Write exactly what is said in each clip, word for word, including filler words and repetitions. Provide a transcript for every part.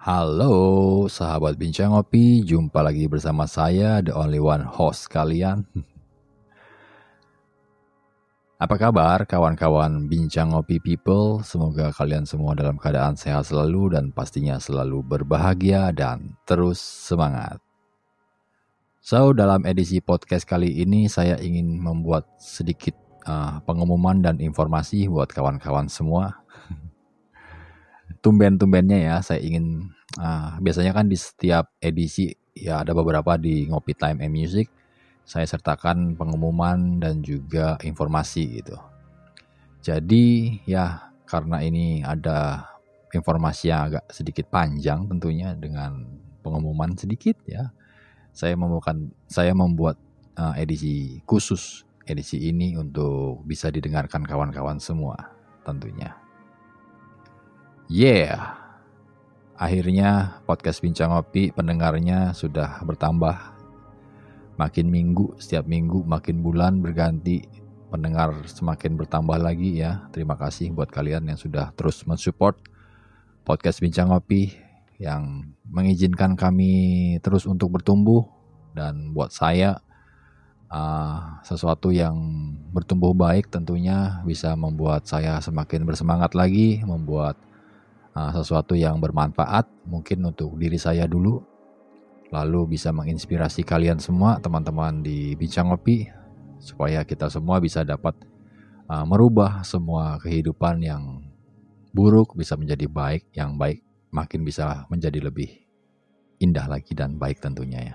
Halo sahabat Bincang Ngopi, jumpa lagi bersama saya, the only one host kalian. Apa kabar kawan-kawan Bincang Ngopi people? Semoga kalian semua dalam keadaan sehat selalu dan pastinya selalu berbahagia dan terus semangat. So, dalam edisi podcast kali ini saya ingin membuat sedikit uh, pengumuman dan informasi buat kawan-kawan semua. Tumben-tumbennya ya, saya ingin uh, biasanya kan di setiap edisi ya ada beberapa di Ngopi Time and Music saya sertakan pengumuman dan juga informasi gitu. Jadi ya karena ini ada informasi yang agak sedikit panjang tentunya dengan pengumuman sedikit ya, saya membuat saya membuat uh, edisi khusus edisi ini untuk bisa didengarkan kawan-kawan semua tentunya. Yeah, akhirnya podcast Bincang Ngopi pendengarnya sudah bertambah. Makin minggu, setiap minggu, makin bulan berganti, pendengar semakin bertambah lagi ya. Terima kasih buat kalian yang sudah terus mensupport podcast Bincang Ngopi yang mengizinkan kami terus untuk bertumbuh. Dan buat saya uh, sesuatu yang bertumbuh baik tentunya bisa membuat saya semakin bersemangat lagi, membuat uh, sesuatu yang bermanfaat mungkin untuk diri saya dulu, lalu bisa menginspirasi kalian semua teman-teman di Bincang Ngopi supaya kita semua bisa dapat uh, merubah semua kehidupan yang buruk bisa menjadi baik, yang baik makin bisa menjadi lebih indah lagi dan baik tentunya ya.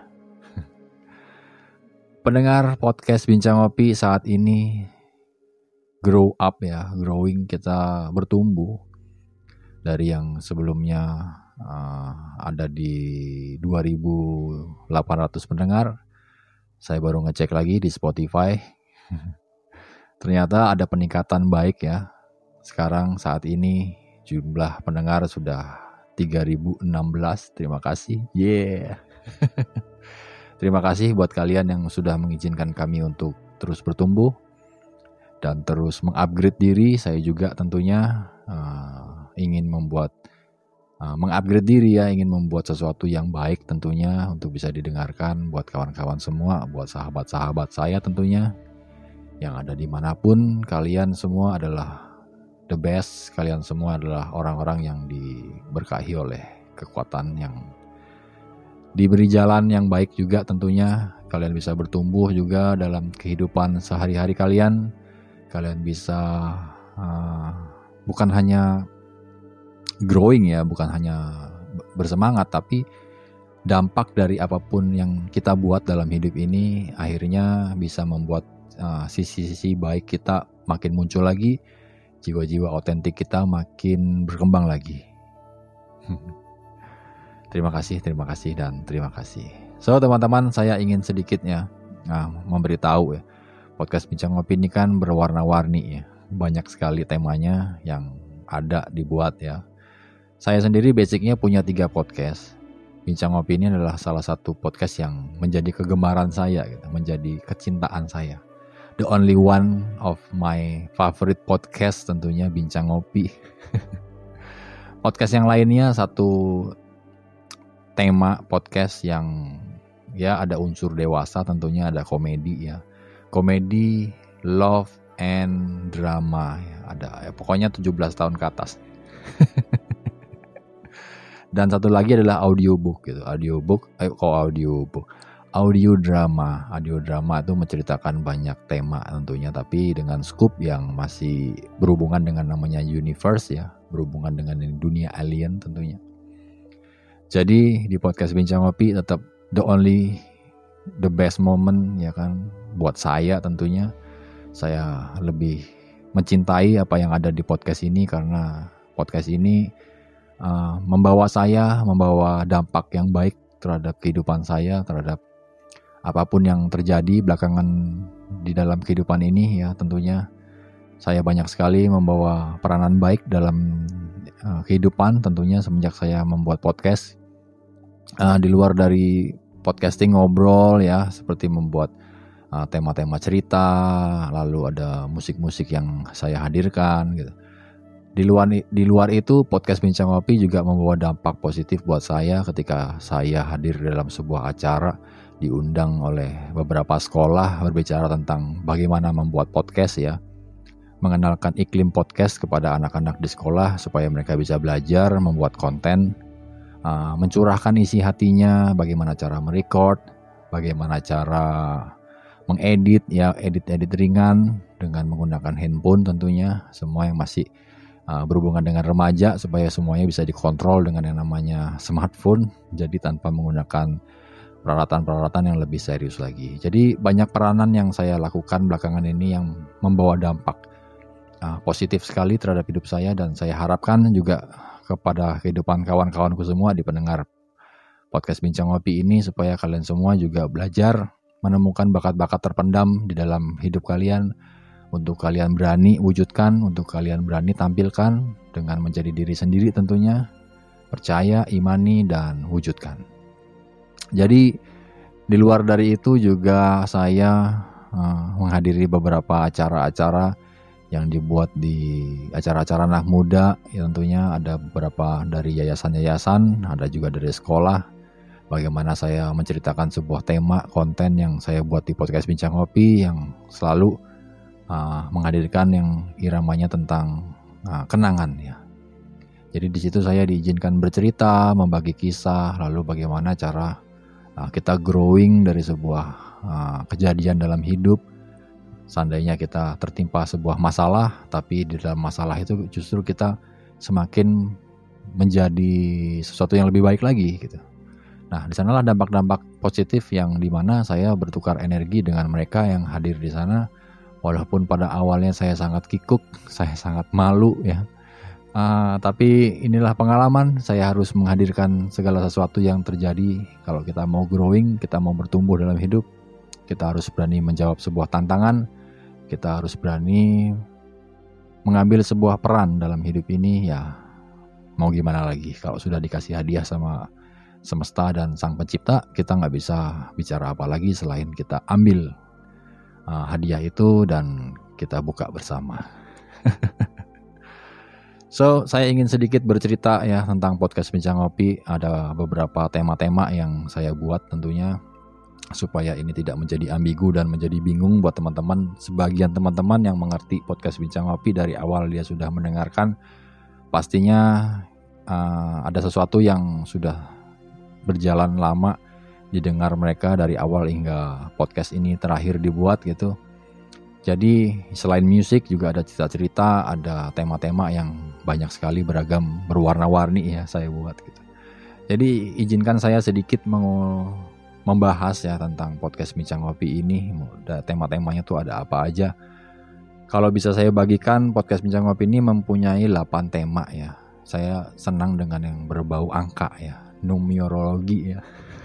Pendengar podcast Bincang Ngopi saat ini grow up ya, growing, kita bertumbuh dari yang sebelumnya Uh, ada di dua ribu delapan ratus pendengar. Saya baru ngecek lagi di Spotify. Ternyata ada peningkatan baik ya. Sekarang saat ini jumlah pendengar sudah tiga ribu enam belas. Terima kasih. Yeah. Terima kasih buat kalian yang sudah mengizinkan kami untuk terus bertumbuh dan terus mengupgrade diri. Saya juga tentunya uh, ingin membuat Uh, mengupgrade diri ya, ingin membuat sesuatu yang baik tentunya untuk bisa didengarkan buat kawan-kawan semua, buat sahabat-sahabat saya tentunya yang ada dimanapun. Kalian semua adalah the best, kalian semua adalah orang-orang yang diberkahi oleh kekuatan yang diberi jalan yang baik juga tentunya. Kalian bisa bertumbuh juga dalam kehidupan sehari-hari kalian. Kalian bisa uh, bukan hanya growing ya, bukan hanya bersemangat, tapi dampak dari apapun yang kita buat dalam hidup ini akhirnya bisa membuat uh, sisi-sisi baik kita makin muncul lagi, jiwa-jiwa otentik kita makin berkembang lagi. Terima kasih, terima kasih, dan terima kasih. So teman-teman, saya ingin sedikitnya nah, memberitahu ya, podcast Bincang Ngopi ini kan berwarna-warni ya, banyak sekali temanya yang ada dibuat ya. Saya sendiri basicnya punya tiga podcast. Bincang Ngopi ini adalah salah satu podcast yang menjadi kegemaran saya, gitu, menjadi kecintaan saya. The only one of my favorite podcast tentunya Bincang Ngopi. Podcast yang lainnya satu tema podcast yang ya ada unsur dewasa, tentunya ada komedi ya. Komedi, love and drama ya, ada ya, pokoknya tujuh belas tahun ke atas. Dan satu lagi adalah audiobook gitu, audiobook, eh, kok audiobook, audio drama, audio drama itu menceritakan banyak tema tentunya, tapi dengan scoop yang masih berhubungan dengan namanya universe ya, berhubungan dengan dunia alien tentunya. Jadi di podcast Bincang Ngopi tetap the only, the best moment ya kan, buat saya tentunya. Saya lebih mencintai apa yang ada di podcast ini karena podcast ini Uh, membawa saya, membawa dampak yang baik terhadap kehidupan saya, terhadap apapun yang terjadi belakangan di dalam kehidupan ini ya, tentunya saya banyak sekali membawa peranan baik dalam uh, kehidupan tentunya semenjak saya membuat podcast. Uh, di luar dari podcasting ngobrol ya, seperti membuat uh, tema-tema cerita, lalu ada musik-musik yang saya hadirkan gitu. Di luar di luar itu, podcast Bincang Ngopi juga membawa dampak positif buat saya ketika saya hadir dalam sebuah acara diundang oleh beberapa sekolah berbicara tentang bagaimana membuat podcast ya. Mengenalkan iklim podcast kepada anak-anak di sekolah supaya mereka bisa belajar membuat konten, uh, mencurahkan isi hatinya, bagaimana cara merecord, bagaimana cara mengedit ya, edit-edit ringan dengan menggunakan handphone tentunya, semua yang masih Uh, berhubungan dengan remaja supaya semuanya bisa dikontrol dengan yang namanya smartphone, jadi tanpa menggunakan peralatan-peralatan yang lebih serius lagi. Jadi banyak peranan yang saya lakukan belakangan ini yang membawa dampak uh, positif sekali terhadap hidup saya, dan saya harapkan juga kepada kehidupan kawan-kawanku semua di pendengar podcast Bincang Ngopi ini, supaya kalian semua juga belajar menemukan bakat-bakat terpendam di dalam hidup kalian, untuk kalian berani wujudkan, untuk kalian berani tampilkan dengan menjadi diri sendiri tentunya, percaya, imani, dan wujudkan. Jadi di luar dari itu juga saya uh, menghadiri beberapa acara-acara yang dibuat di acara-acara anak muda, ya tentunya ada beberapa dari yayasan-yayasan, ada juga dari sekolah. Bagaimana saya menceritakan sebuah tema konten yang saya buat di podcast Bincang Ngopi yang selalu Uh, menghadirkan yang iramanya tentang uh, kenangan ya. Jadi di situ saya diizinkan bercerita, membagi kisah, lalu bagaimana cara uh, kita growing dari sebuah uh, kejadian dalam hidup. Seandainya kita tertimpa sebuah masalah, tapi di dalam masalah itu justru kita semakin menjadi sesuatu yang lebih baik lagi gitu. Nah, di sanalah dampak-dampak positif yang dimana saya bertukar energi dengan mereka yang hadir di sana. Walaupun pada awalnya saya sangat kikuk, saya sangat malu ya. Uh, tapi inilah pengalaman, saya harus menghadirkan segala sesuatu yang terjadi. Kalau kita mau growing, kita mau bertumbuh dalam hidup, kita harus berani menjawab sebuah tantangan, kita harus berani mengambil sebuah peran dalam hidup ini ya. Mau gimana lagi, kalau sudah dikasih hadiah sama semesta dan sang pencipta, kita gak bisa bicara apa lagi selain kita ambil Uh, hadiah itu dan kita buka bersama. So, saya ingin sedikit bercerita ya tentang podcast Bincang Ngopi. Ada beberapa tema-tema yang saya buat tentunya supaya ini tidak menjadi ambigu dan menjadi bingung buat teman-teman. Sebagian teman-teman yang mengerti podcast Bincang Ngopi dari awal dia sudah mendengarkan, pastinya uh, ada sesuatu yang sudah berjalan lama didengar mereka dari awal hingga podcast ini terakhir dibuat gitu. Jadi selain musik juga ada cerita-cerita, ada tema-tema yang banyak sekali beragam, berwarna-warni ya saya buat gitu. Jadi izinkan saya sedikit meng- membahas ya tentang podcast Bincang Ngopi ini. Tema-temanya tuh ada apa aja. Kalau bisa saya bagikan, podcast Bincang Ngopi ini mempunyai delapan tema ya. Saya senang dengan yang berbau angka ya, numerologi ya.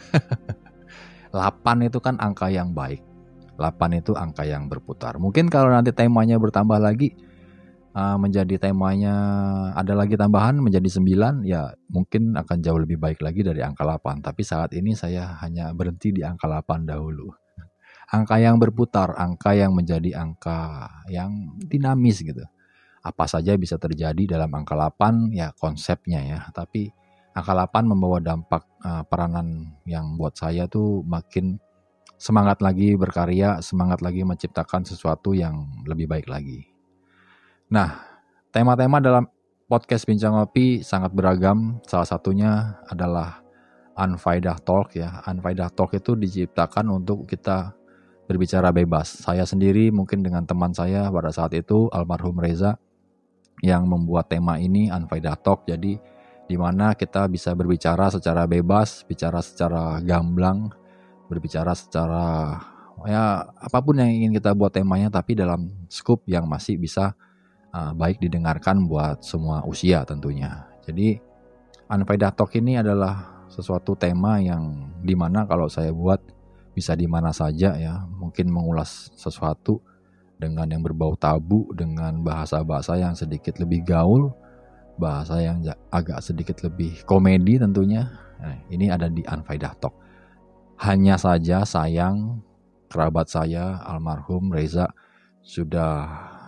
delapan itu kan angka yang baik. delapan itu angka yang berputar. Mungkin kalau nanti temanya bertambah lagi, uh, menjadi temanya ada lagi tambahan menjadi sembilan, ya mungkin akan jauh lebih baik lagi dari angka delapan. Tapi saat ini saya hanya berhenti di angka delapan dahulu. Angka yang berputar, angka yang menjadi angka yang dinamis gitu. Apa saja bisa terjadi dalam angka delapan ya konsepnya ya. Tapi angka delapan membawa dampak uh, peranan yang buat saya tuh makin semangat lagi berkarya, semangat lagi menciptakan sesuatu yang lebih baik lagi. Nah, tema-tema dalam podcast Bincang Ngopi sangat beragam. Salah satunya adalah Unfaedah Talk ya. Unfaedah Talk itu diciptakan untuk kita berbicara bebas. Saya sendiri mungkin dengan teman saya pada saat itu, almarhum Reza, yang membuat tema ini Unfaedah Talk. Jadi di mana kita bisa berbicara secara bebas, bicara secara gamblang, berbicara secara ya apapun yang ingin kita buat temanya, tapi dalam skup yang masih bisa uh, baik didengarkan buat semua usia tentunya. Jadi Unfaedah Talk ini adalah sesuatu tema yang dimana kalau saya buat bisa di mana saja ya, mungkin mengulas sesuatu dengan yang berbau tabu, dengan bahasa-bahasa yang sedikit lebih gaul, bahasa yang agak sedikit lebih komedi tentunya. Nah, ini ada di Unfaedah Talk. Hanya saja sayang kerabat saya almarhum Reza sudah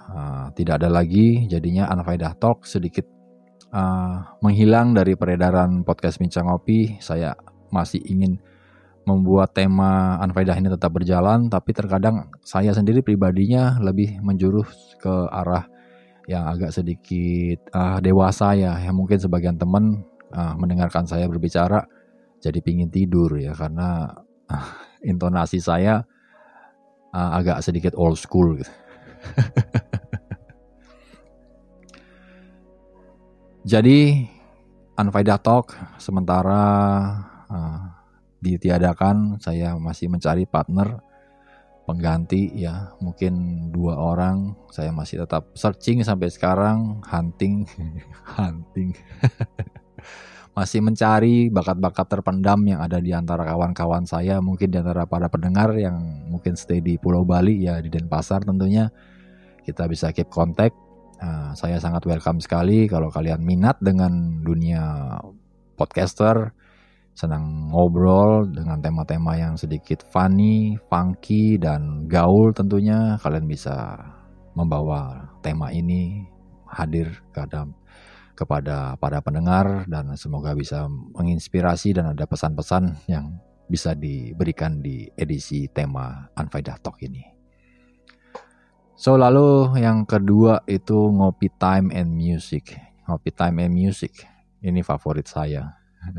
uh, tidak ada lagi, jadinya Unfaedah Talk sedikit uh, menghilang dari peredaran podcast Bincang Ngopi. Saya masih ingin membuat tema Unfaedah ini tetap berjalan, tapi terkadang saya sendiri pribadinya lebih menjurus ke arah yang agak sedikit uh, dewasa ya, yang mungkin sebagian teman uh, mendengarkan saya berbicara jadi pingin tidur ya, karena uh, intonasi saya uh, agak sedikit old school gitu. Jadi Unfaedah Talk sementara uh, ditiadakan. Saya masih mencari partner pengganti ya, mungkin dua orang. Saya masih tetap searching sampai sekarang, hunting hunting masih mencari bakat-bakat terpendam yang ada di antara kawan-kawan saya, mungkin di antara para pendengar yang mungkin stay di Pulau Bali ya, di Denpasar tentunya. Kita bisa keep contact. Uh, saya sangat welcome sekali kalau kalian minat dengan dunia podcaster, senang ngobrol dengan tema-tema yang sedikit funny, funky, dan gaul tentunya. Kalian bisa membawa tema ini hadir ke dalam kepada para pendengar, dan semoga bisa menginspirasi dan ada pesan-pesan yang bisa diberikan di edisi tema Unfaedah Talk ini. So lalu yang kedua itu Ngopi Time and Music. Ngopi Time and Music ini favorit saya.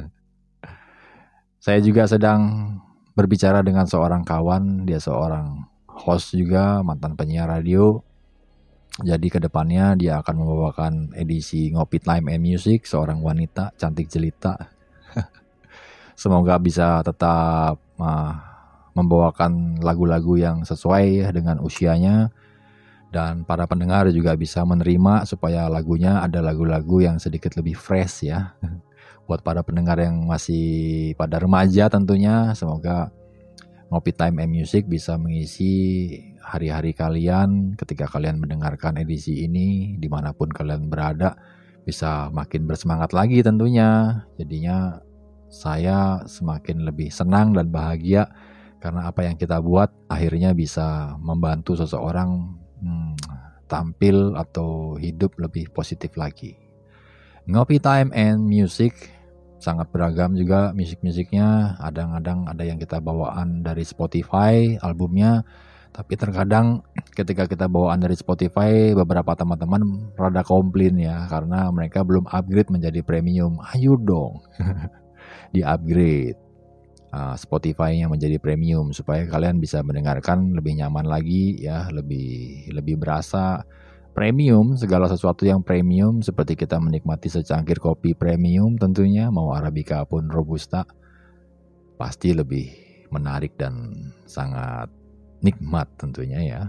Saya juga sedang berbicara dengan seorang kawan, dia seorang host juga, mantan penyiar radio. Jadi kedepannya dia akan membawakan edisi Ngopi Time and Music, seorang wanita cantik jelita. Semoga bisa tetap uh, membawakan lagu-lagu yang sesuai ya dengan usianya. Dan para pendengar juga bisa menerima supaya lagunya ada lagu-lagu yang sedikit lebih fresh ya. Buat para pendengar yang masih pada remaja tentunya, semoga Ngopi Time and Music bisa mengisi hari-hari kalian ketika kalian mendengarkan edisi ini, dimanapun kalian berada, bisa makin bersemangat lagi tentunya. Jadinya saya semakin lebih senang dan bahagia karena apa yang kita buat akhirnya bisa membantu seseorang hmm, tampil atau hidup lebih positif lagi. Ngopi Time and Music sangat beragam juga musik-musiknya. Kadang-kadang ada yang kita bawaan dari Spotify albumnya, tapi terkadang ketika kita bawaan dari Spotify beberapa teman-teman rada komplain ya, karena mereka belum upgrade menjadi premium. Ayo dong di upgrade uh, Spotify-nya menjadi premium supaya kalian bisa mendengarkan lebih nyaman lagi ya, lebih lebih berasa premium. Segala sesuatu yang premium seperti kita menikmati secangkir kopi premium tentunya, mau Arabica pun Robusta, pasti lebih menarik dan sangat nikmat tentunya ya.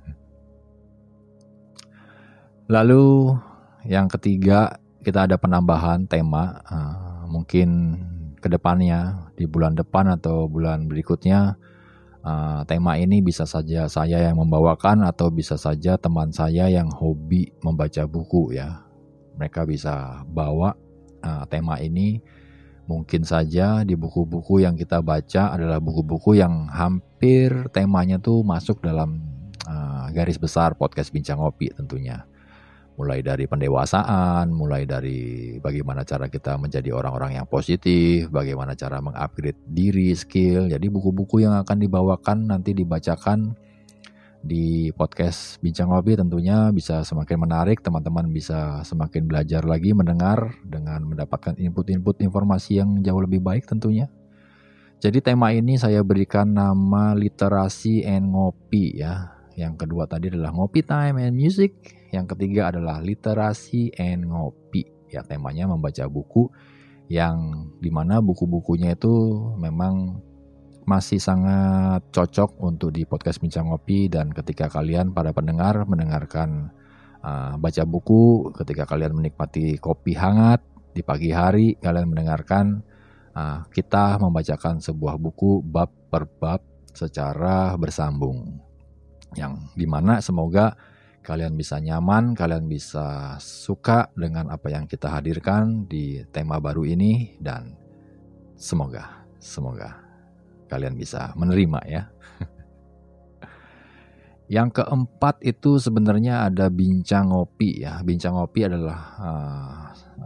Lalu yang ketiga, kita ada penambahan tema, uh, mungkin kedepannya di bulan depan atau bulan berikutnya. Uh, tema ini bisa saja saya yang membawakan atau bisa saja teman saya yang hobi membaca buku ya. Mereka bisa bawa uh, tema ini. Mungkin saja di buku-buku yang kita baca adalah buku-buku yang hampir temanya tuh masuk dalam uh, garis besar podcast Bincang Ngopi tentunya. Mulai dari pendewasaan, mulai dari bagaimana cara kita menjadi orang-orang yang positif, bagaimana cara mengupgrade diri, skill. Jadi buku-buku yang akan dibawakan nanti dibacakan di podcast Bincang Ngopi tentunya bisa semakin menarik, teman-teman bisa semakin belajar lagi mendengar dengan mendapatkan input-input informasi yang jauh lebih baik tentunya. Jadi tema ini saya berikan nama literasi and ngopi ya. Yang kedua tadi adalah Ngopi Time and Music. Yang ketiga adalah literasi and ngopi. Ya, temanya membaca buku yang dimana buku-bukunya itu memang masih sangat cocok untuk di podcast Bincang Ngopi. Dan ketika kalian para pendengar mendengarkan uh, baca buku, ketika kalian menikmati kopi hangat di pagi hari, kalian mendengarkan uh, kita membacakan sebuah buku bab per bab secara bersambung. Yang dimana semoga kalian bisa nyaman, kalian bisa suka dengan apa yang kita hadirkan di tema baru ini, dan semoga, semoga kalian bisa menerima ya. Yang keempat itu sebenarnya ada bincang ngopi ya. Bincang ngopi adalah uh,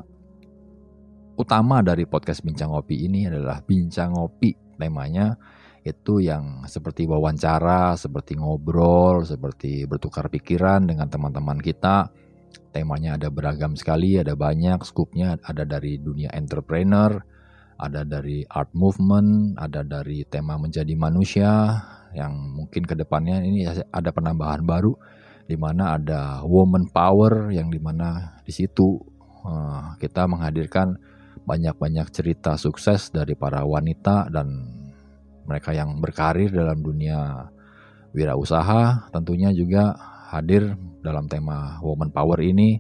utama dari podcast bincang ngopi ini adalah bincang ngopi. Temanya itu yang seperti wawancara, seperti ngobrol, seperti bertukar pikiran dengan teman-teman kita. Temanya ada beragam sekali, ada banyak, skupnya ada dari dunia entrepreneur, ada dari art movement, ada dari tema menjadi manusia, yang mungkin kedepannya ini ada penambahan baru, di mana ada woman power, yang dimana di situ uh, kita menghadirkan banyak-banyak cerita sukses dari para wanita dan mereka yang berkarir dalam dunia wirausaha, tentunya juga hadir dalam tema woman power ini.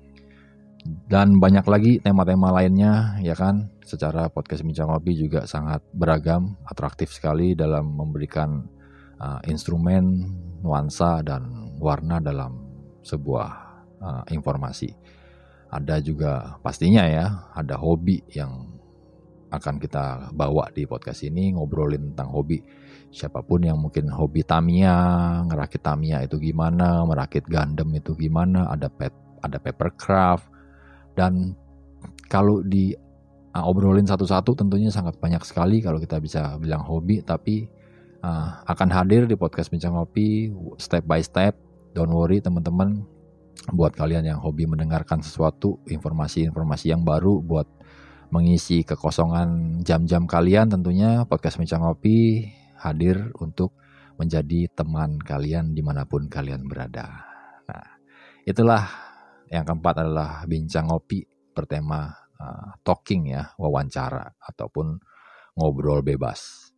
Dan banyak lagi tema-tema lainnya ya kan. Secara podcast Bincang Ngopi juga sangat beragam, atraktif sekali dalam memberikan uh, instrumen, nuansa dan warna dalam sebuah uh, informasi. Ada juga pastinya ya, ada hobi yang akan kita bawa di podcast ini, ngobrolin tentang hobi. Siapapun yang mungkin hobi Tamiya, ngerakit Tamiya itu gimana, merakit Gundam itu gimana, ada pet, ada papercraft. Dan kalau di uh, obrolin satu-satu tentunya sangat banyak sekali kalau kita bisa bilang hobi, tapi uh, akan hadir di podcast Bincang Ngopi step by step. Don't worry teman-teman, buat kalian yang hobi mendengarkan sesuatu, informasi-informasi yang baru buat mengisi kekosongan jam-jam kalian, tentunya podcast Bincang Ngopi hadir untuk menjadi teman kalian dimanapun kalian berada. Nah, itulah yang keempat adalah Bincang Ngopi bertema uh, talking ya, wawancara ataupun ngobrol bebas.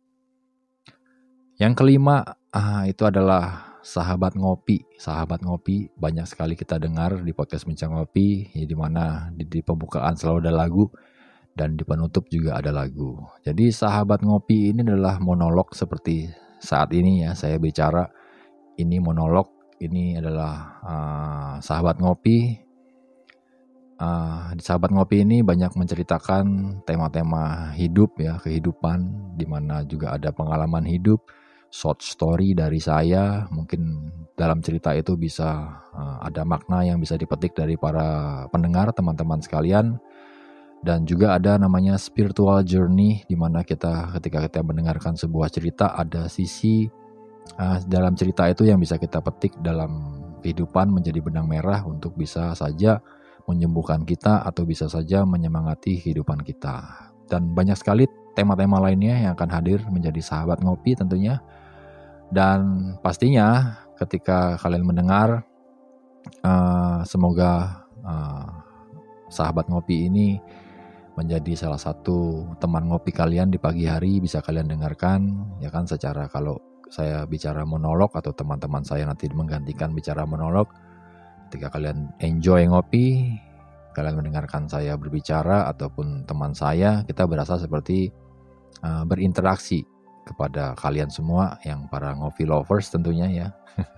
Yang kelima uh, itu adalah Sahabat Ngopi. Sahabat Ngopi banyak sekali kita dengar di podcast Bincang Ngopi, ya, di mana di, di pembukaan selalu ada lagu dan di penutup juga ada lagu. Jadi Sahabat Ngopi ini adalah monolog seperti saat ini ya saya bicara. Ini monolog, ini adalah uh, Sahabat Ngopi. Uh, di Sahabat Ngopi ini banyak menceritakan tema-tema hidup ya, kehidupan, di mana juga ada pengalaman hidup, short story dari saya. Mungkin dalam cerita itu bisa uh, ada makna yang bisa dipetik dari para pendengar, teman-teman sekalian. Dan juga ada namanya spiritual journey, di mana kita ketika kita mendengarkan sebuah cerita ada sisi uh, dalam cerita itu yang bisa kita petik dalam kehidupan menjadi benang merah untuk bisa saja menyembuhkan kita atau bisa saja menyemangati kehidupan kita. Dan banyak sekali tema-tema lainnya yang akan hadir menjadi Sahabat Ngopi tentunya. Dan pastinya ketika kalian mendengar, uh, semoga uh, Sahabat Ngopi ini menjadi salah satu teman ngopi kalian di pagi hari, bisa kalian dengarkan ya kan. Secara kalau saya bicara monolog atau teman-teman saya nanti menggantikan bicara monolog, ketika kalian enjoy ngopi, kalian mendengarkan saya berbicara ataupun teman saya, kita berasa seperti uh, berinteraksi kepada kalian semua yang para ngopi lovers tentunya ya.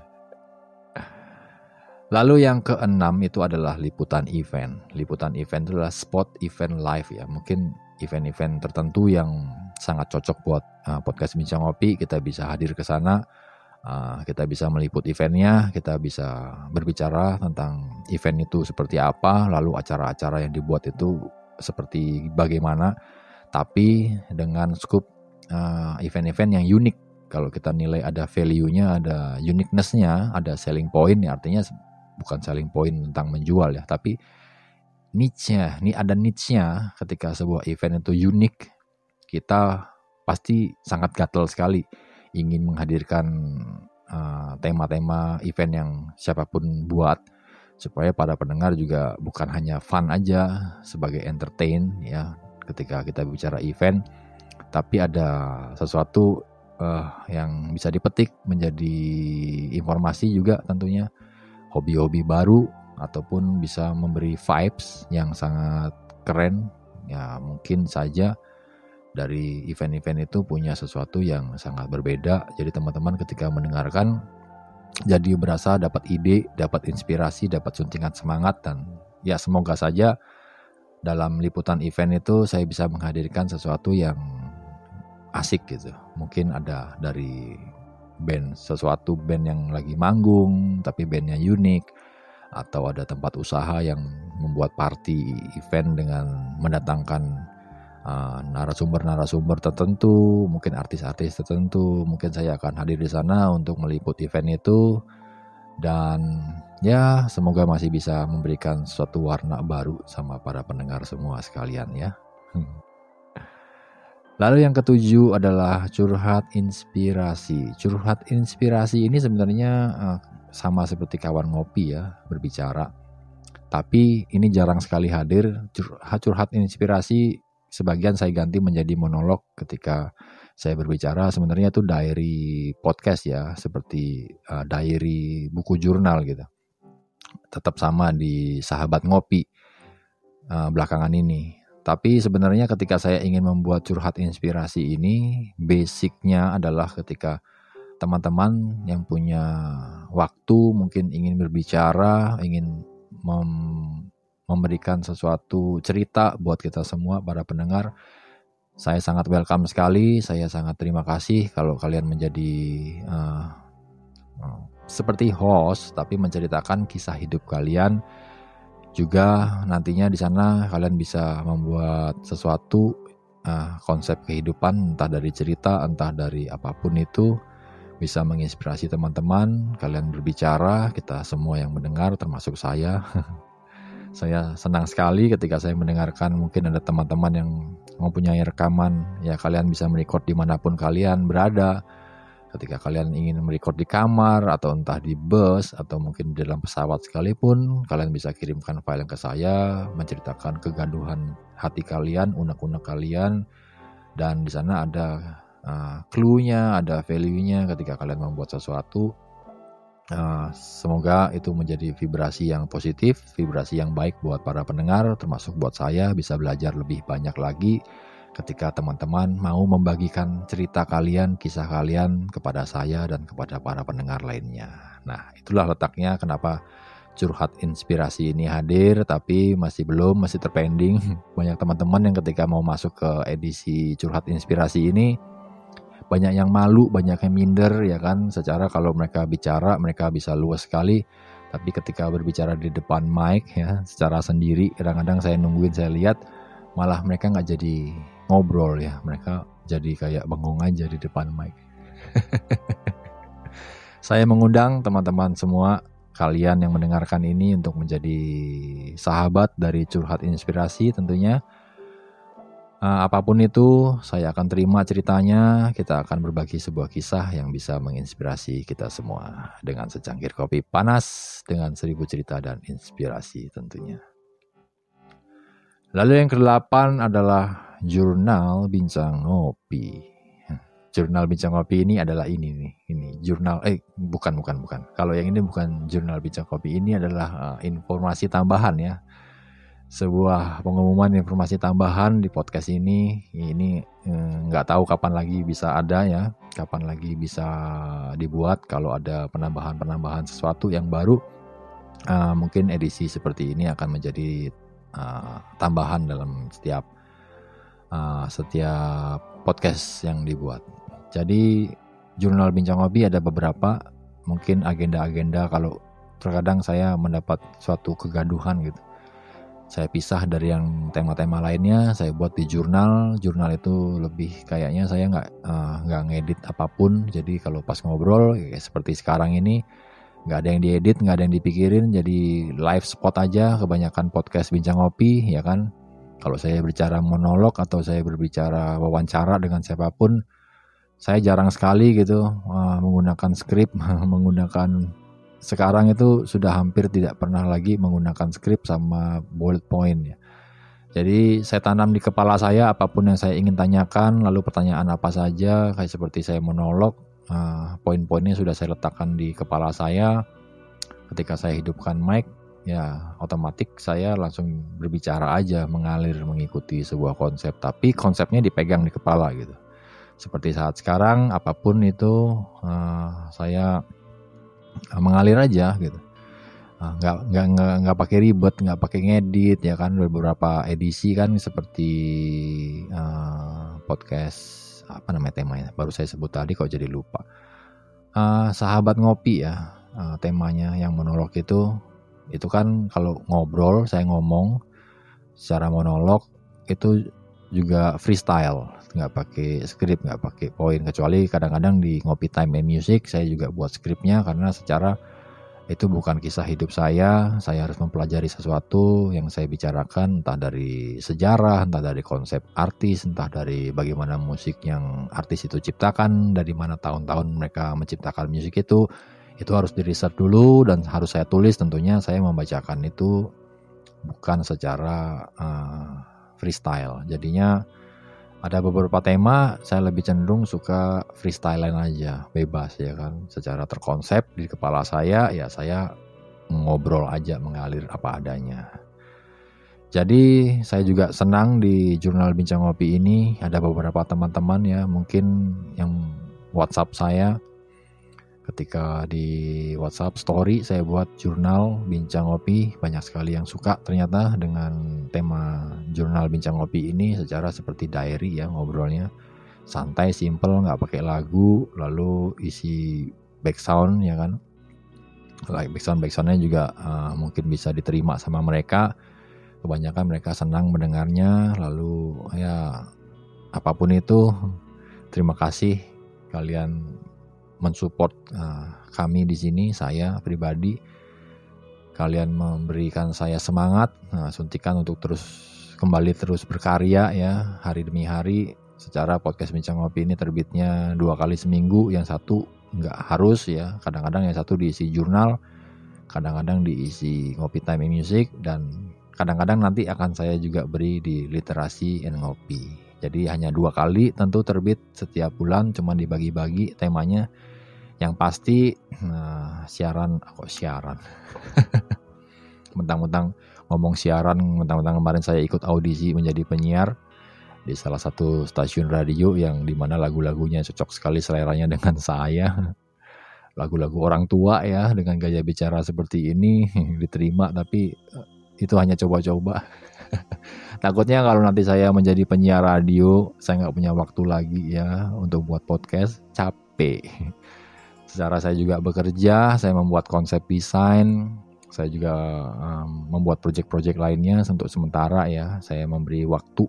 Lalu yang keenam itu adalah liputan event. Liputan event itu adalah spot event live ya. Mungkin event-event tertentu yang sangat cocok buat uh, podcast Bincang Ngopi, kita bisa hadir ke sana. Uh, kita bisa meliput eventnya, kita bisa berbicara tentang event itu seperti apa, lalu acara-acara yang dibuat itu seperti bagaimana, tapi dengan scope Uh, event-event yang unik. Kalau kita nilai ada value-nya, ada uniqueness-nya, ada selling point ya, artinya bukan selling point tentang menjual ya, tapi niche-nya. Ini ada niche-nya. Ketika sebuah event itu unik, kita pasti sangat gatel sekali ingin menghadirkan uh, tema-tema event yang siapapun buat, supaya para pendengar juga bukan hanya fun aja sebagai entertain ya ketika kita bicara event, tapi ada sesuatu uh, yang bisa dipetik menjadi informasi juga tentunya, hobi-hobi baru ataupun bisa memberi vibes yang sangat keren ya. Mungkin saja dari event-event itu punya sesuatu yang sangat berbeda, jadi teman-teman ketika mendengarkan jadi berasa dapat ide, dapat inspirasi, dapat suntikan semangat. Dan ya semoga saja dalam liputan event itu saya bisa menghadirkan sesuatu yang asik gitu. Mungkin ada dari band, sesuatu band yang lagi manggung tapi bandnya unik, atau ada tempat usaha yang membuat party event dengan mendatangkan uh, narasumber-narasumber tertentu, mungkin artis-artis tertentu, mungkin saya akan hadir di sana untuk meliput event itu. Dan ya semoga masih bisa memberikan suatu warna baru sama para pendengar semua sekalian ya. Lalu yang ketujuh adalah curhat inspirasi. Curhat inspirasi ini sebenarnya uh, sama seperti kawan ngopi ya, berbicara. Tapi ini jarang sekali hadir. Curhat, curhat inspirasi sebagian saya ganti menjadi monolog ketika saya berbicara. Sebenarnya itu diary podcast ya, seperti uh, diary buku jurnal gitu. Tetap sama di Sahabat Ngopi uh, belakangan ini. Tapi sebenarnya ketika saya ingin membuat curhat inspirasi ini, basicnya adalah ketika teman-teman yang punya waktu mungkin ingin berbicara, ingin mem- memberikan sesuatu cerita buat kita semua para pendengar. Saya sangat welcome sekali, saya sangat terima kasih kalau kalian menjadi uh, uh, seperti host, tapi menceritakan kisah hidup kalian. Juga nantinya di sana kalian bisa membuat sesuatu uh, konsep kehidupan, entah dari cerita, entah dari apapun itu, bisa menginspirasi teman-teman. Kalian berbicara, kita semua yang mendengar, termasuk saya. Saya senang sekali ketika saya mendengarkan mungkin ada teman-teman yang mempunyai rekaman, ya kalian bisa merekod dimanapun kalian berada. Ketika kalian ingin merekod di kamar atau entah di bus atau mungkin di dalam pesawat sekalipun, kalian bisa kirimkan file ke saya, menceritakan kegaduhan hati kalian, unek-unek kalian, dan di sana ada uh, clue-nya, ada value-nya ketika kalian membuat sesuatu. Uh, semoga itu menjadi vibrasi yang positif, vibrasi yang baik buat para pendengar, termasuk buat saya bisa belajar lebih banyak lagi ketika teman-teman mau membagikan cerita kalian, kisah kalian kepada saya dan kepada para pendengar lainnya. Nah, itulah letaknya kenapa curhat inspirasi ini hadir, tapi masih belum, masih terpending. Banyak teman-teman yang ketika mau masuk ke edisi curhat inspirasi ini, banyak yang malu, banyak yang minder ya kan. Secara kalau mereka bicara, mereka bisa luas sekali. Tapi ketika berbicara di depan mic ya, secara sendiri, kadang-kadang saya nungguin, saya lihat, malah mereka gak jadi ngobrol ya. Mereka jadi kayak bengong aja di depan mic. Saya mengundang teman-teman semua, kalian yang mendengarkan ini untuk menjadi sahabat dari curhat inspirasi tentunya. Uh, apapun itu, saya akan terima ceritanya. Kita akan berbagi sebuah kisah yang bisa menginspirasi kita semua dengan secangkir kopi panas, dengan seribu cerita dan inspirasi tentunya. Lalu yang kedelapan adalah jurnal bincang ngopi. Jurnal bincang kopi ini adalah ini nih, ini jurnal eh bukan bukan bukan. Kalau yang ini bukan jurnal bincang kopi, ini adalah uh, informasi tambahan ya. Sebuah pengumuman informasi tambahan di podcast ini. Ini nggak eh, tahu kapan lagi bisa ada ya, kapan lagi bisa dibuat. Kalau ada penambahan-penambahan sesuatu yang baru, uh, mungkin edisi seperti ini akan menjadi uh, tambahan dalam setiap uh, setiap podcast yang dibuat. Jadi jurnal bincang ngopi ada beberapa, mungkin agenda-agenda. Kalau terkadang saya mendapat suatu kegaduhan gitu, saya pisah dari yang tema-tema lainnya, saya buat di jurnal. Jurnal itu lebih kayaknya saya nggak uh, nggak ngedit apapun. Jadi kalau pas ngobrol kayak seperti sekarang ini, nggak ada yang diedit, nggak ada yang dipikirin. Jadi live spot aja. Kebanyakan podcast bincang ngopi, ya kan. Kalau saya berbicara monolog atau saya berbicara wawancara dengan siapapun, saya jarang sekali gitu uh, menggunakan skrip, menggunakan. Sekarang itu sudah hampir tidak pernah lagi menggunakan skrip sama bullet point ya. Jadi saya tanam di kepala saya apapun yang saya ingin tanyakan, lalu pertanyaan apa saja, kayak seperti saya monolog, uh, poin-poinnya sudah saya letakkan di kepala saya. Ketika saya hidupkan mic, ya otomatis saya langsung berbicara aja, mengalir mengikuti sebuah konsep, tapi konsepnya dipegang di kepala gitu. Seperti saat sekarang, apapun itu uh, saya mengalir aja gitu, nggak nggak nggak nggak pakai ribet, nggak pakai ngedit ya kan. Beberapa edisi kan seperti uh, podcast apa namanya temanya, baru saya sebut tadi kok jadi lupa. Uh, sahabat ngopi ya, uh, temanya yang monolog itu, itu kan kalau ngobrol, saya ngomong secara monolog itu juga freestyle, nggak pakai skrip, nggak pakai poin, kecuali kadang-kadang di Ngopi Time and Music saya juga buat skripnya karena secara itu bukan kisah hidup saya, saya harus mempelajari sesuatu yang saya bicarakan, entah dari sejarah, entah dari konsep artis, entah dari bagaimana musik yang artis itu ciptakan, dari mana tahun-tahun mereka menciptakan musik itu, itu harus di-research dulu dan harus saya tulis. Tentunya saya membacakan itu bukan secara uh, freestyle. Jadinya ada beberapa tema saya lebih cenderung suka freestylean aja, bebas ya kan, secara terkonsep di kepala saya, ya saya ngobrol aja, mengalir apa adanya. Jadi saya juga senang di jurnal Bincang Ngopi ini ada beberapa teman-teman ya, mungkin yang WhatsApp saya, ketika di WhatsApp story saya buat jurnal Bincang Ngopi, banyak sekali yang suka ternyata dengan tema jurnal Bincang Ngopi ini, secara seperti diary ya, ngobrolnya santai, simple, nggak pakai lagu, lalu isi background ya kan, like background backgroundnya juga uh, mungkin bisa diterima sama mereka, kebanyakan mereka senang mendengarnya. Lalu ya apapun itu, terima kasih kalian mensupport uh, kami di sini, saya pribadi. Kalian memberikan saya semangat, uh, suntikan untuk terus kembali terus berkarya ya, hari demi hari. Secara podcast Bincang Ngopi ini terbitnya dua kali seminggu, yang satu nggak harus ya, kadang-kadang yang satu diisi jurnal, kadang-kadang diisi Ngopi Time and Music, dan kadang-kadang nanti akan saya juga beri di Literasi and Ngopi. Jadi hanya dua kali tentu terbit setiap bulan, cuma dibagi-bagi temanya. Yang pasti nah, siaran, kok siaran? Mentang-mentang ngomong siaran, mentang-mentang kemarin saya ikut audisi menjadi penyiar di salah satu stasiun radio yang dimana lagu-lagunya cocok sekali seleranya dengan saya. Lagu-lagu orang tua ya, dengan gaya bicara seperti ini diterima, tapi itu hanya coba-coba. Takutnya kalau nanti saya menjadi penyiar radio, saya nggak punya waktu lagi ya untuk buat podcast, capek. Secara saya juga bekerja, saya membuat konsep desain, saya juga um, membuat proyek-proyek lainnya untuk sementara ya. Saya memberi waktu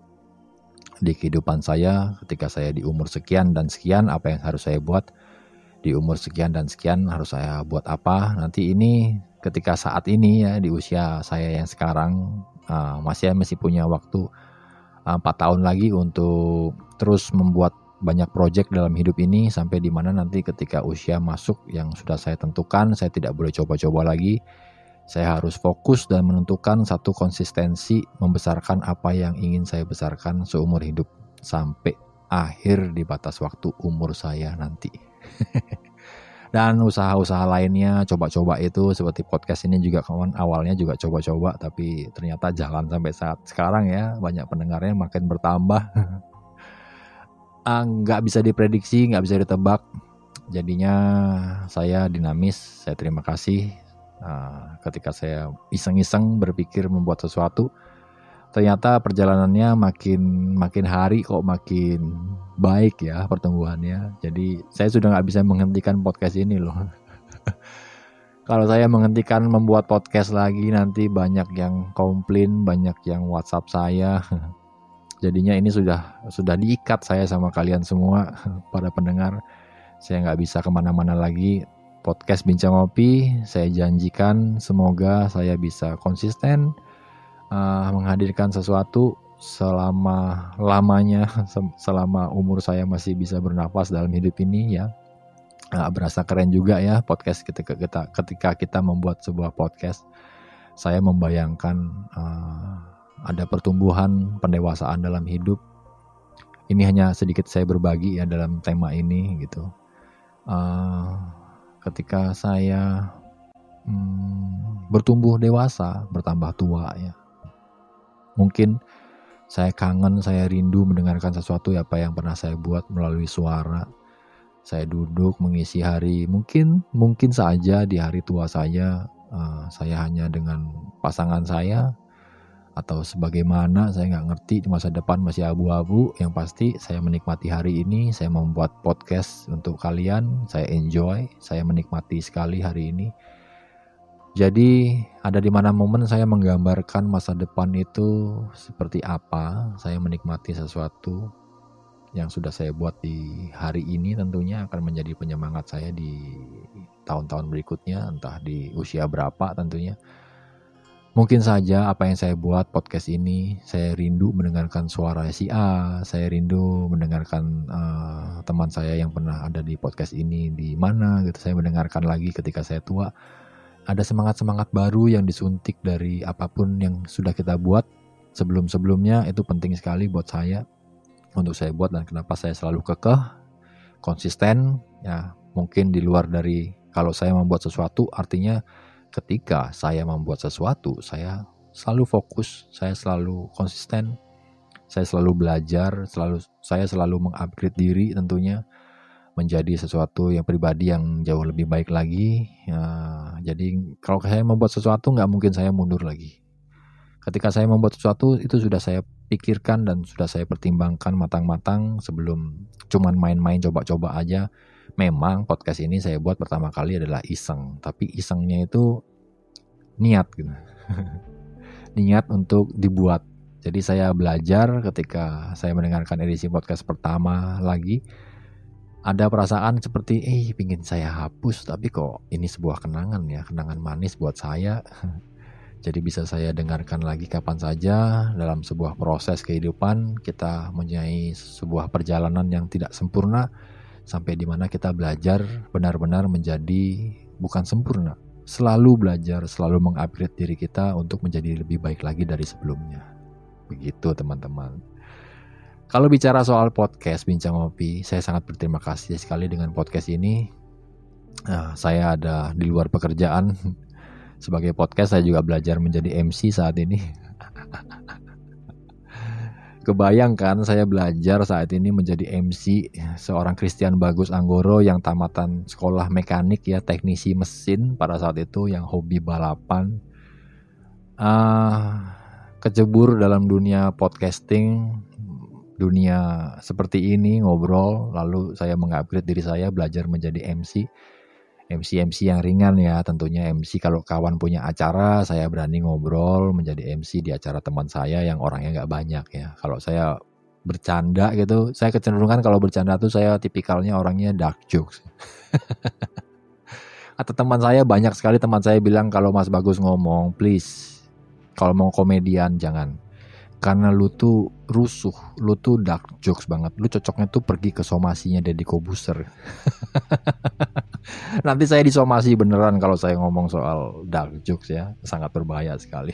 di kehidupan saya ketika saya di umur sekian dan sekian, apa yang harus saya buat di umur sekian dan sekian, harus saya buat apa nanti ini, ketika saat ini ya, di usia saya yang sekarang, uh, masih masih punya waktu uh, empat tahun lagi untuk terus membuat banyak proyek dalam hidup ini, sampai di mana nanti ketika usia masuk yang sudah saya tentukan, saya tidak boleh coba-coba lagi. Saya harus fokus dan menentukan satu konsistensi membesarkan apa yang ingin saya besarkan seumur hidup sampai akhir di batas waktu umur saya nanti. Dan usaha-usaha lainnya, coba-coba itu seperti podcast ini juga kawan, awalnya juga coba-coba, tapi ternyata jalan sampai saat sekarang ya, banyak pendengarnya makin bertambah. Nggak bisa diprediksi, nggak bisa ditebak. Jadinya saya dinamis. Saya terima kasih uh, ketika saya iseng-iseng berpikir membuat sesuatu, ternyata perjalanannya makin makin hari kok makin baik ya pertumbuhannya. Jadi saya sudah nggak bisa menghentikan podcast ini loh. Kalau saya menghentikan membuat podcast lagi, nanti banyak yang komplain, banyak yang WhatsApp saya. Jadinya ini sudah sudah diikat saya sama kalian semua, para pendengar. Saya nggak bisa kemana-mana lagi. Podcast Bincang Ngopi, saya janjikan semoga saya bisa konsisten uh, menghadirkan sesuatu selama lamanya, selama umur saya masih bisa bernafas dalam hidup ini ya. Uh, berasa keren juga ya podcast ketika kita ketika kita membuat sebuah podcast. Saya membayangkan uh, ada pertumbuhan pendewasaan dalam hidup. Ini hanya sedikit saya berbagi ya dalam tema ini gitu. Uh, ketika saya hmm, bertumbuh dewasa, bertambah tua ya, mungkin saya kangen, saya rindu mendengarkan sesuatu apa yang pernah saya buat melalui suara. Saya duduk mengisi hari, mungkin mungkin saja di hari tua saya, uh, saya hanya dengan pasangan saya, atau sebagaimana, saya nggak ngerti, di masa depan masih abu-abu. Yang pasti saya menikmati hari ini, saya membuat podcast untuk kalian, saya enjoy, saya menikmati sekali hari ini. Jadi ada di mana momen saya menggambarkan masa depan itu seperti apa, saya menikmati sesuatu yang sudah saya buat di hari ini tentunya akan menjadi penyemangat saya di tahun-tahun berikutnya, entah di usia berapa tentunya. Mungkin saja apa yang saya buat podcast ini, saya rindu mendengarkan suara si A, saya rindu mendengarkan uh, teman saya yang pernah ada di podcast ini di mana gitu. Saya mendengarkan lagi ketika saya tua. Ada semangat-semangat baru yang disuntik dari apapun yang sudah kita buat sebelum-sebelumnya. Itu penting sekali buat saya, untuk saya buat, dan kenapa saya selalu kekeh, konsisten. Ya mungkin di luar dari kalau saya membuat sesuatu, artinya ketika saya membuat sesuatu, saya selalu fokus, saya selalu konsisten, saya selalu belajar, selalu saya selalu mengupgrade diri tentunya menjadi sesuatu yang pribadi yang jauh lebih baik lagi. Ya, jadi kalau saya membuat sesuatu nggak mungkin saya mundur lagi. Ketika saya membuat sesuatu itu sudah saya pikirkan dan sudah saya pertimbangkan matang-matang sebelum cuman main-main coba-coba aja. Memang podcast ini saya buat pertama kali adalah iseng, tapi isengnya itu niat gitu. Niat untuk dibuat. Jadi saya belajar ketika saya mendengarkan edisi podcast pertama lagi, ada perasaan seperti eh pingin saya hapus, tapi kok ini sebuah kenangan ya, kenangan manis buat saya. Jadi bisa saya dengarkan lagi kapan saja. Dalam sebuah proses kehidupan kita mempunyai sebuah perjalanan yang tidak sempurna, sampai di mana kita belajar benar-benar menjadi bukan sempurna, selalu belajar, selalu mengupgrade diri kita untuk menjadi lebih baik lagi dari sebelumnya. Begitu teman-teman. Kalau bicara soal podcast Bincang Ngopi, saya sangat berterima kasih sekali dengan podcast ini. Nah, saya ada di luar pekerjaan sebagai podcast, saya juga belajar menjadi M C saat ini. Kebayangkan saya belajar saat ini menjadi M C, seorang Christian Bagus Anggoro yang tamatan sekolah mekanik ya, teknisi mesin pada saat itu, yang hobi balapan, uh, kecebur dalam dunia podcasting, dunia seperti ini, ngobrol. Lalu saya mengupgrade diri saya, belajar menjadi M C. M C-M C yang ringan ya tentunya. M C kalau kawan punya acara, saya berani ngobrol menjadi M C di acara teman saya yang orangnya gak banyak ya. Kalau saya bercanda gitu, saya kecenderungan kalau bercanda tuh saya tipikalnya orangnya dark jokes. Atau teman saya, banyak sekali teman saya bilang kalau Mas Bagus ngomong, please kalau mau komedian jangan, karena lu tuh rusuh, lu tuh dark jokes banget, lu cocoknya tuh pergi ke somasinya Deddy Kobuser. Nanti saya disomasi beneran kalau saya ngomong soal dark jokes ya, sangat berbahaya sekali.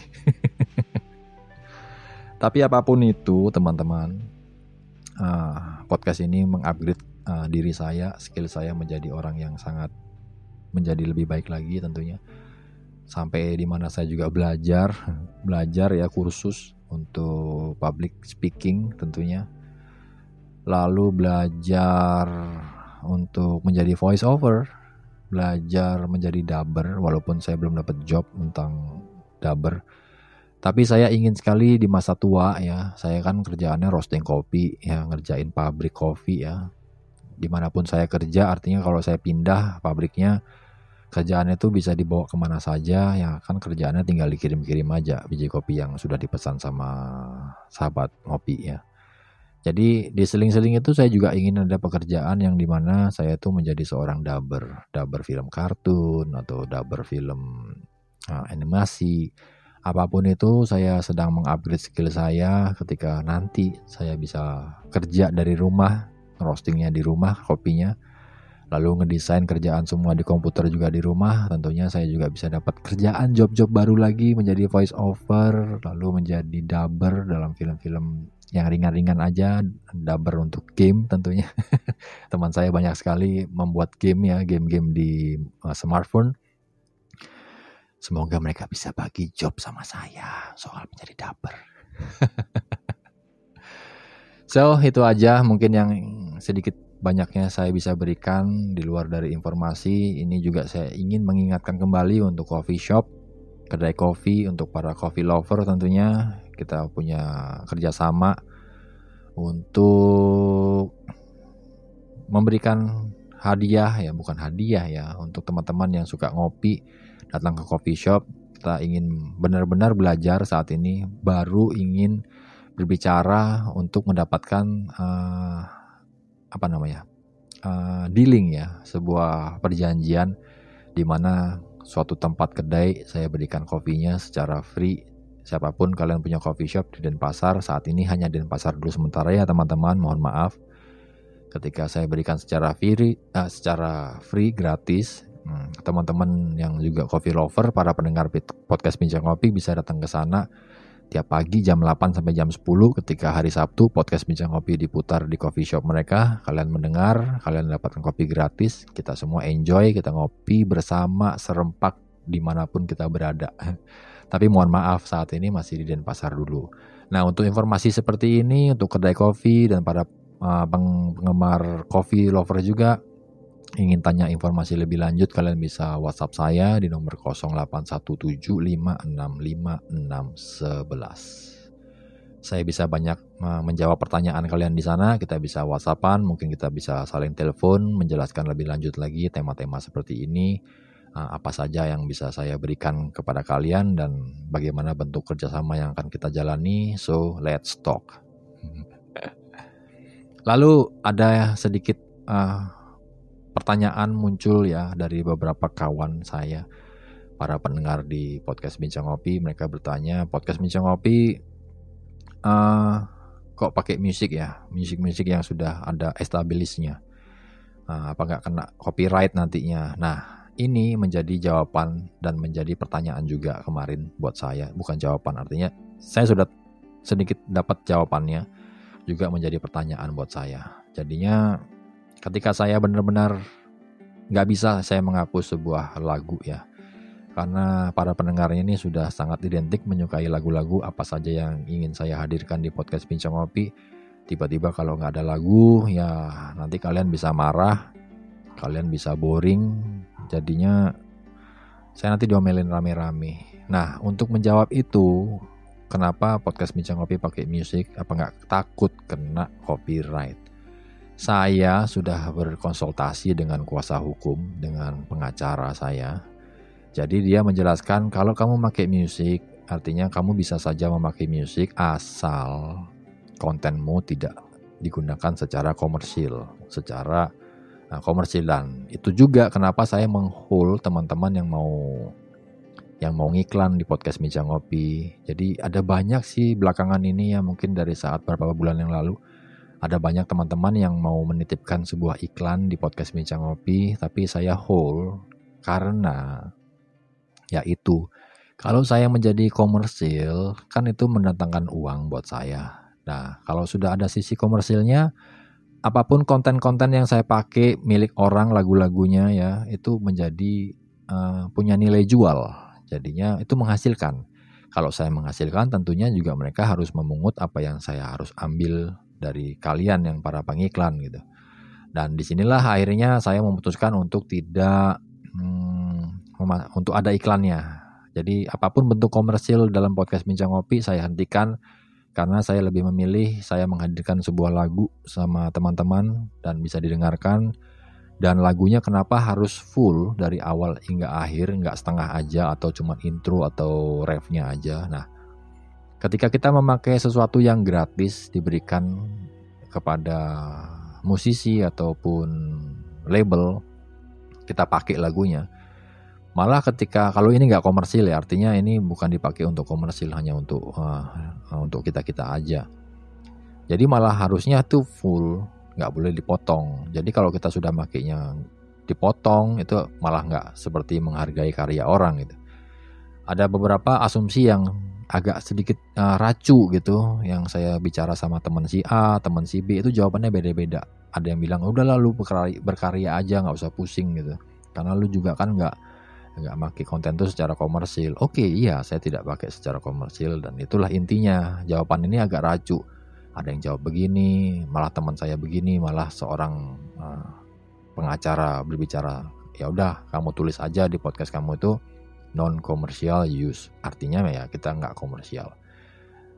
Tapi apapun itu teman-teman, uh, podcast ini mengupgrade uh, diri saya, skill saya menjadi orang yang sangat menjadi lebih baik lagi tentunya. Sampai di mana saya juga belajar, belajar ya kursus untuk public speaking tentunya. Lalu belajar untuk menjadi voice over, belajar menjadi dubber, walaupun saya belum dapat job tentang dubber. Tapi saya ingin sekali di masa tua ya, saya kan kerjaannya roasting kopi ya, ngerjain pabrik kopi ya. Dimanapun saya kerja, artinya kalau saya pindah pabriknya, kerjaannya itu bisa dibawa kemana saja ya, kan kerjaannya tinggal dikirim-kirim aja biji kopi yang sudah dipesan sama sahabat ngopi ya. Jadi di seling-seling itu saya juga ingin ada pekerjaan yang dimana saya itu menjadi seorang dubber, dubber film kartun atau dubber film uh, animasi. Apapun itu saya sedang mengupgrade skill saya ketika nanti saya bisa kerja dari rumah, roastingnya di rumah, kopinya. Lalu ngedesain kerjaan semua di komputer juga di rumah. Tentunya saya juga bisa dapat kerjaan, job-job baru lagi menjadi voice over, lalu menjadi dubber dalam film-film yang ringan-ringan aja, dubber untuk game tentunya. Teman saya banyak sekali membuat game ya, game-game di uh, smartphone. Semoga mereka bisa bagi job sama saya soal menjadi dubber. So itu aja mungkin yang sedikit banyaknya saya bisa berikan di luar dari informasi. Ini juga saya ingin mengingatkan kembali untuk coffee shop, kedai kopi, untuk para coffee lover tentunya. kita punya kerjasama untuk memberikan hadiah ya, bukan hadiah ya, untuk teman-teman yang suka ngopi datang ke coffee shop. Kita ingin benar-benar belajar saat ini, baru ingin berbicara untuk mendapatkan uh, apa namanya uh, dealing ya, sebuah perjanjian di mana suatu tempat kedai saya berikan kopinya secara free. Siapapun kalian punya coffee shop di Denpasar, saat ini hanya Denpasar dulu sementara ya teman-teman, mohon maaf. Ketika saya berikan secara free, uh, secara free gratis, hmm, teman-teman yang juga coffee lover, para pendengar podcast Bincang Kopi bisa datang ke sana tiap pagi jam delapan sampai jam sepuluh. Ketika hari Sabtu podcast Bincang Kopi diputar di coffee shop mereka, kalian mendengar, kalian dapatkan kopi gratis, kita semua enjoy, kita ngopi bersama serempak dimanapun kita berada. Tapi mohon maaf saat ini masih di Denpasar dulu. Nah, untuk informasi seperti ini untuk kedai kopi dan para uh, penggemar coffee lover juga ingin tanya informasi lebih lanjut, kalian bisa WhatsApp saya di nomor nol delapan satu tujuh lima enam lima enam satu satu. Saya bisa banyak uh, menjawab pertanyaan kalian di sana. Kita bisa WhatsAppan, mungkin kita bisa saling telepon menjelaskan lebih lanjut lagi tema-tema seperti ini. Apa saja yang bisa saya berikan kepada kalian dan bagaimana bentuk kerjasama yang akan kita jalani. So let's talk. Lalu ada sedikit uh, pertanyaan muncul ya dari beberapa kawan saya, para pendengar di podcast Bincang Kopi. Mereka bertanya, podcast Bincang Kopi uh, kok pakai musik ya, musik-musik yang sudah ada established-nya, uh, apa nggak kena copyright nantinya? Nah, ini menjadi jawaban dan menjadi pertanyaan juga kemarin buat saya. Bukan jawaban, artinya saya sudah sedikit dapat jawabannya, juga menjadi pertanyaan buat saya. Jadinya ketika saya benar-benar gak bisa saya menghapus sebuah lagu ya, karena para pendengarnya ini sudah sangat identik menyukai lagu-lagu apa saja yang ingin saya hadirkan di podcast Bincang Kopi. Tiba-tiba kalau gak ada lagu ya nanti kalian bisa marah, kalian bisa boring. Jadinya saya nanti diomelin rame-rame. Nah, untuk menjawab itu, kenapa podcast Bincang Kopi pakai musik? Apa nggak takut kena copyright? Saya sudah berkonsultasi dengan kuasa hukum, dengan pengacara saya. Jadi dia menjelaskan kalau kamu pakai musik, artinya kamu bisa saja memakai musik asal kontenmu tidak digunakan secara komersil, secara Nah, komersilan. Itu juga kenapa saya meng-hold teman-teman yang mau yang mau ngiklan di podcast Bincang Kopi. Jadi ada banyak sih belakangan ini ya, mungkin dari saat beberapa bulan yang lalu ada banyak teman-teman yang mau menitipkan sebuah iklan di podcast Bincang Kopi, tapi saya hold karena yaitu kalau saya menjadi komersil kan itu mendatangkan uang buat saya. Nah, kalau sudah ada sisi komersilnya, apapun konten-konten yang saya pakai milik orang, lagu-lagunya ya, itu menjadi uh, punya nilai jual. Jadinya itu menghasilkan. Kalau saya menghasilkan, tentunya juga mereka harus memungut apa yang saya harus ambil dari kalian yang para pengiklan gitu. Dan disinilah akhirnya saya memutuskan untuk tidak hmm, untuk ada iklannya. Jadi apapun bentuk komersil dalam podcast Bincang Kopi saya hentikan. Karena saya lebih memilih saya menghadirkan sebuah lagu sama teman-teman dan bisa didengarkan. Dan lagunya kenapa harus full dari awal hingga akhir, nggak setengah aja atau cuma intro atau refnya aja. Nah, ketika kita memakai sesuatu yang gratis diberikan kepada musisi ataupun label, kita pakai lagunya. Malah ketika kalau ini nggak komersil ya, artinya ini bukan dipakai untuk komersil, hanya untuk uh, untuk kita kita aja. Jadi malah harusnya tuh full, nggak boleh dipotong. Jadi kalau kita sudah makainya dipotong itu malah nggak seperti menghargai karya orang gitu. Ada beberapa asumsi yang agak sedikit uh, racu gitu, yang saya bicara sama teman si A, teman si B itu jawabannya beda-beda. Ada yang bilang udah lu berkarya, berkarya aja, nggak usah pusing gitu. Karena lu juga kan nggak nggak pakai konten itu secara komersil. Oke, iya, saya tidak pakai secara komersil dan itulah intinya. Jawaban ini agak racu. Ada yang jawab begini, malah teman saya begini, malah seorang uh, pengacara berbicara, ya udah kamu tulis aja di podcast kamu itu non commercial use. Artinya ya kita nggak komersial.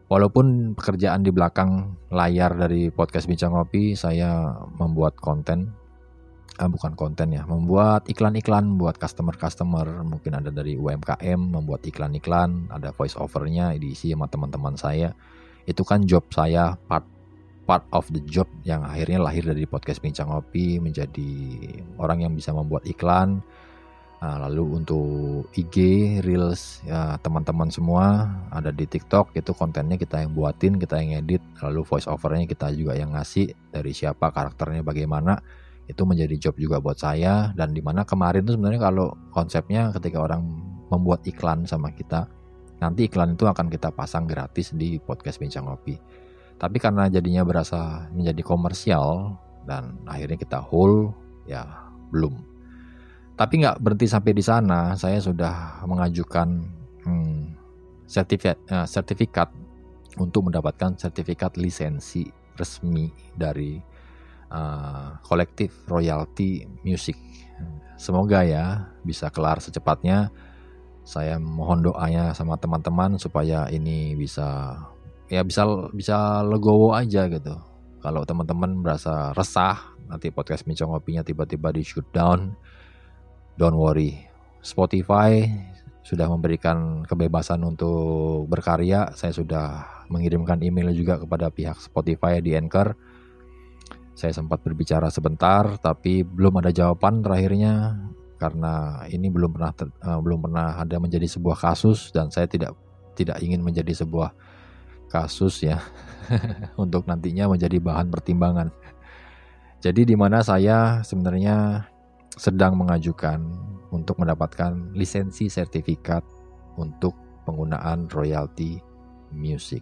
Walaupun pekerjaan di belakang layar dari podcast Bincang Ngopi, saya membuat konten, ah, bukan konten ya, membuat iklan-iklan buat customer-customer, mungkin ada dari U M K M, membuat iklan-iklan, ada voice overnya diisi sama teman-teman saya. Itu kan job saya, part part of the job yang akhirnya lahir dari podcast Bincang Ngopi, menjadi orang yang bisa membuat iklan. Nah, lalu untuk I G, Reels, ya teman-teman semua ada di TikTok, itu kontennya kita yang buatin, kita yang edit, lalu voice overnya kita juga yang ngasih, dari siapa, karakternya bagaimana, itu menjadi job juga buat saya. Dan dimana kemarin tuh sebenarnya kalau konsepnya ketika orang membuat iklan sama kita, nanti iklan itu akan kita pasang gratis di podcast Bincang Ngopi. Tapi karena jadinya berasa menjadi komersial dan akhirnya kita hold, ya belum. Tapi nggak berhenti sampai di sana, saya sudah mengajukan hmm, sertifikat, uh, sertifikat untuk mendapatkan sertifikat lisensi resmi dari uh, kolektif royalti music. Semoga ya bisa kelar secepatnya. Saya mohon doanya sama teman-teman supaya ini bisa ya bisa bisa legowo aja gitu. Kalau teman-teman merasa resah nanti podcast Bincang Ngopinya tiba-tiba di shoot down, don't worry, Spotify sudah memberikan kebebasan untuk berkarya. Saya sudah mengirimkan email juga kepada pihak Spotify di Anchor. Saya sempat berbicara sebentar, tapi belum ada jawaban terakhirnya karena ini belum pernah ter, uh, belum pernah ada menjadi sebuah kasus, dan saya tidak tidak ingin menjadi sebuah kasus ya untuk nantinya menjadi bahan pertimbangan. Jadi di mana saya sebenarnya sedang mengajukan untuk mendapatkan lisensi sertifikat untuk penggunaan royalti music.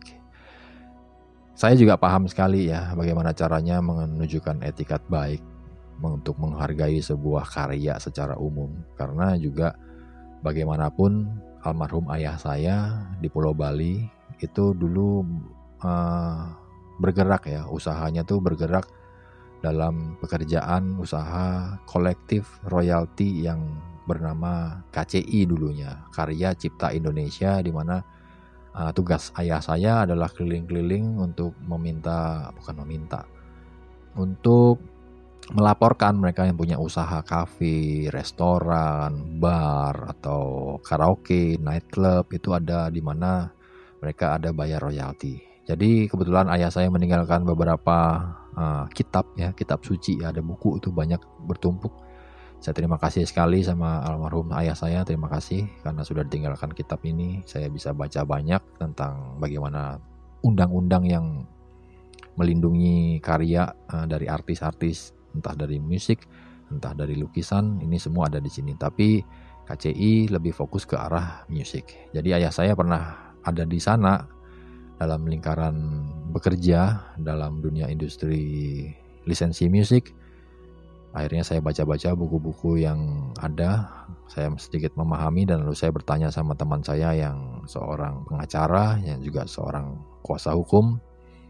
Saya juga paham sekali ya bagaimana caranya menunjukkan etikat baik untuk menghargai sebuah karya secara umum. Karena juga bagaimanapun almarhum ayah saya di Pulau Bali itu dulu uh, bergerak ya, usahanya tuh bergerak dalam pekerjaan usaha kolektif royalti yang bernama K C I dulunya, Karya Cipta Indonesia, di mana uh, tugas ayah saya adalah keliling-keliling untuk meminta, bukan meminta, untuk melaporkan mereka yang punya usaha kafe, restoran, bar, atau karaoke, nightclub, itu ada di mana mereka ada bayar royalti. Jadi kebetulan ayah saya meninggalkan beberapa uh, kitab ya, kitab suci, ada buku itu banyak bertumpuk. Saya terima kasih sekali sama almarhum ayah saya, terima kasih karena sudah ditinggalkan kitab ini. Saya bisa baca banyak tentang bagaimana undang-undang yang melindungi karya uh, dari artis-artis, entah dari musik, entah dari lukisan, ini semua ada di sini. Tapi K C I lebih fokus ke arah musik. Jadi ayah saya pernah ada di sana dalam lingkaran bekerja dalam dunia industri lisensi musik. Akhirnya saya baca-baca buku-buku yang ada, saya sedikit memahami, dan lalu saya bertanya sama teman saya yang seorang pengacara, yang juga seorang kuasa hukum.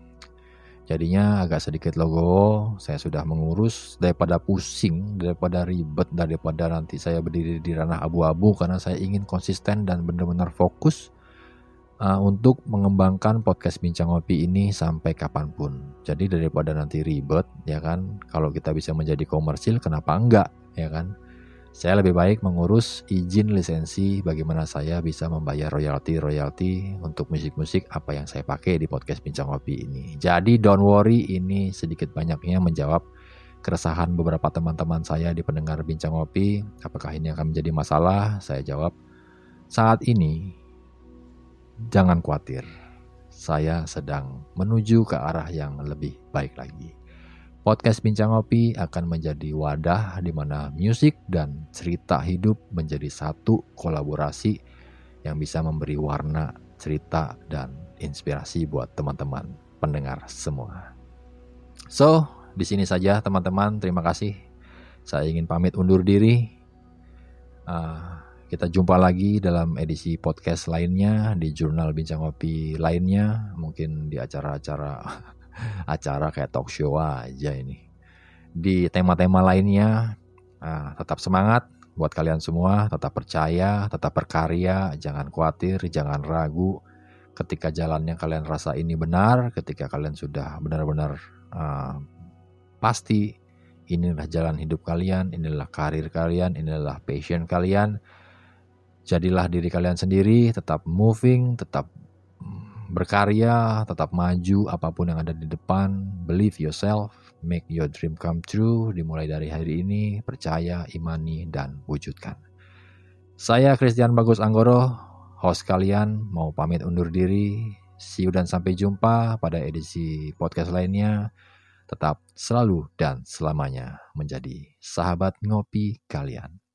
Jadinya agak sedikit logo, saya sudah mengurus, daripada pusing, daripada ribet, daripada nanti saya berdiri di ranah abu-abu, karena saya ingin konsisten dan benar-benar fokus Uh, untuk mengembangkan podcast Bincang Ngopi ini sampai kapanpun. Jadi daripada nanti ribet, ya kan, kalau kita bisa menjadi komersil, kenapa enggak, ya kan? Saya lebih baik mengurus izin lisensi, bagaimana saya bisa membayar royalti-royalti untuk musik-musik apa yang saya pakai di podcast Bincang Ngopi ini. Jadi don't worry, ini sedikit banyaknya menjawab keresahan beberapa teman-teman saya di pendengar Bincang Ngopi. Apakah ini akan menjadi masalah? Saya jawab, saat ini jangan khawatir, saya sedang menuju ke arah yang lebih baik lagi. Podcast Bincang Ngopi akan menjadi wadah di mana musik dan cerita hidup menjadi satu kolaborasi yang bisa memberi warna, cerita, dan inspirasi buat teman-teman pendengar semua. So, di sini saja teman-teman, terima kasih. Saya ingin pamit undur diri. Uh, Kita jumpa lagi dalam edisi podcast lainnya, di jurnal Bincang Ngopi lainnya, mungkin di acara-acara acara kayak talk show aja ini. Di tema-tema lainnya, nah, tetap semangat buat kalian semua, tetap percaya, tetap berkarya, jangan khawatir, jangan ragu, ketika jalannya kalian rasa ini benar, ketika kalian sudah benar-benar uh, pasti inilah jalan hidup kalian, inilah karir kalian, inilah passion kalian, jadilah diri kalian sendiri, tetap moving, tetap berkarya, tetap maju apapun yang ada di depan. Believe yourself, make your dream come true. Dimulai dari hari ini, percaya, imani, dan wujudkan. Saya Christian Bagus Anggoro, host kalian, mau pamit undur diri. See you dan sampai jumpa pada edisi podcast lainnya. Tetap selalu dan selamanya menjadi sahabat ngopi kalian.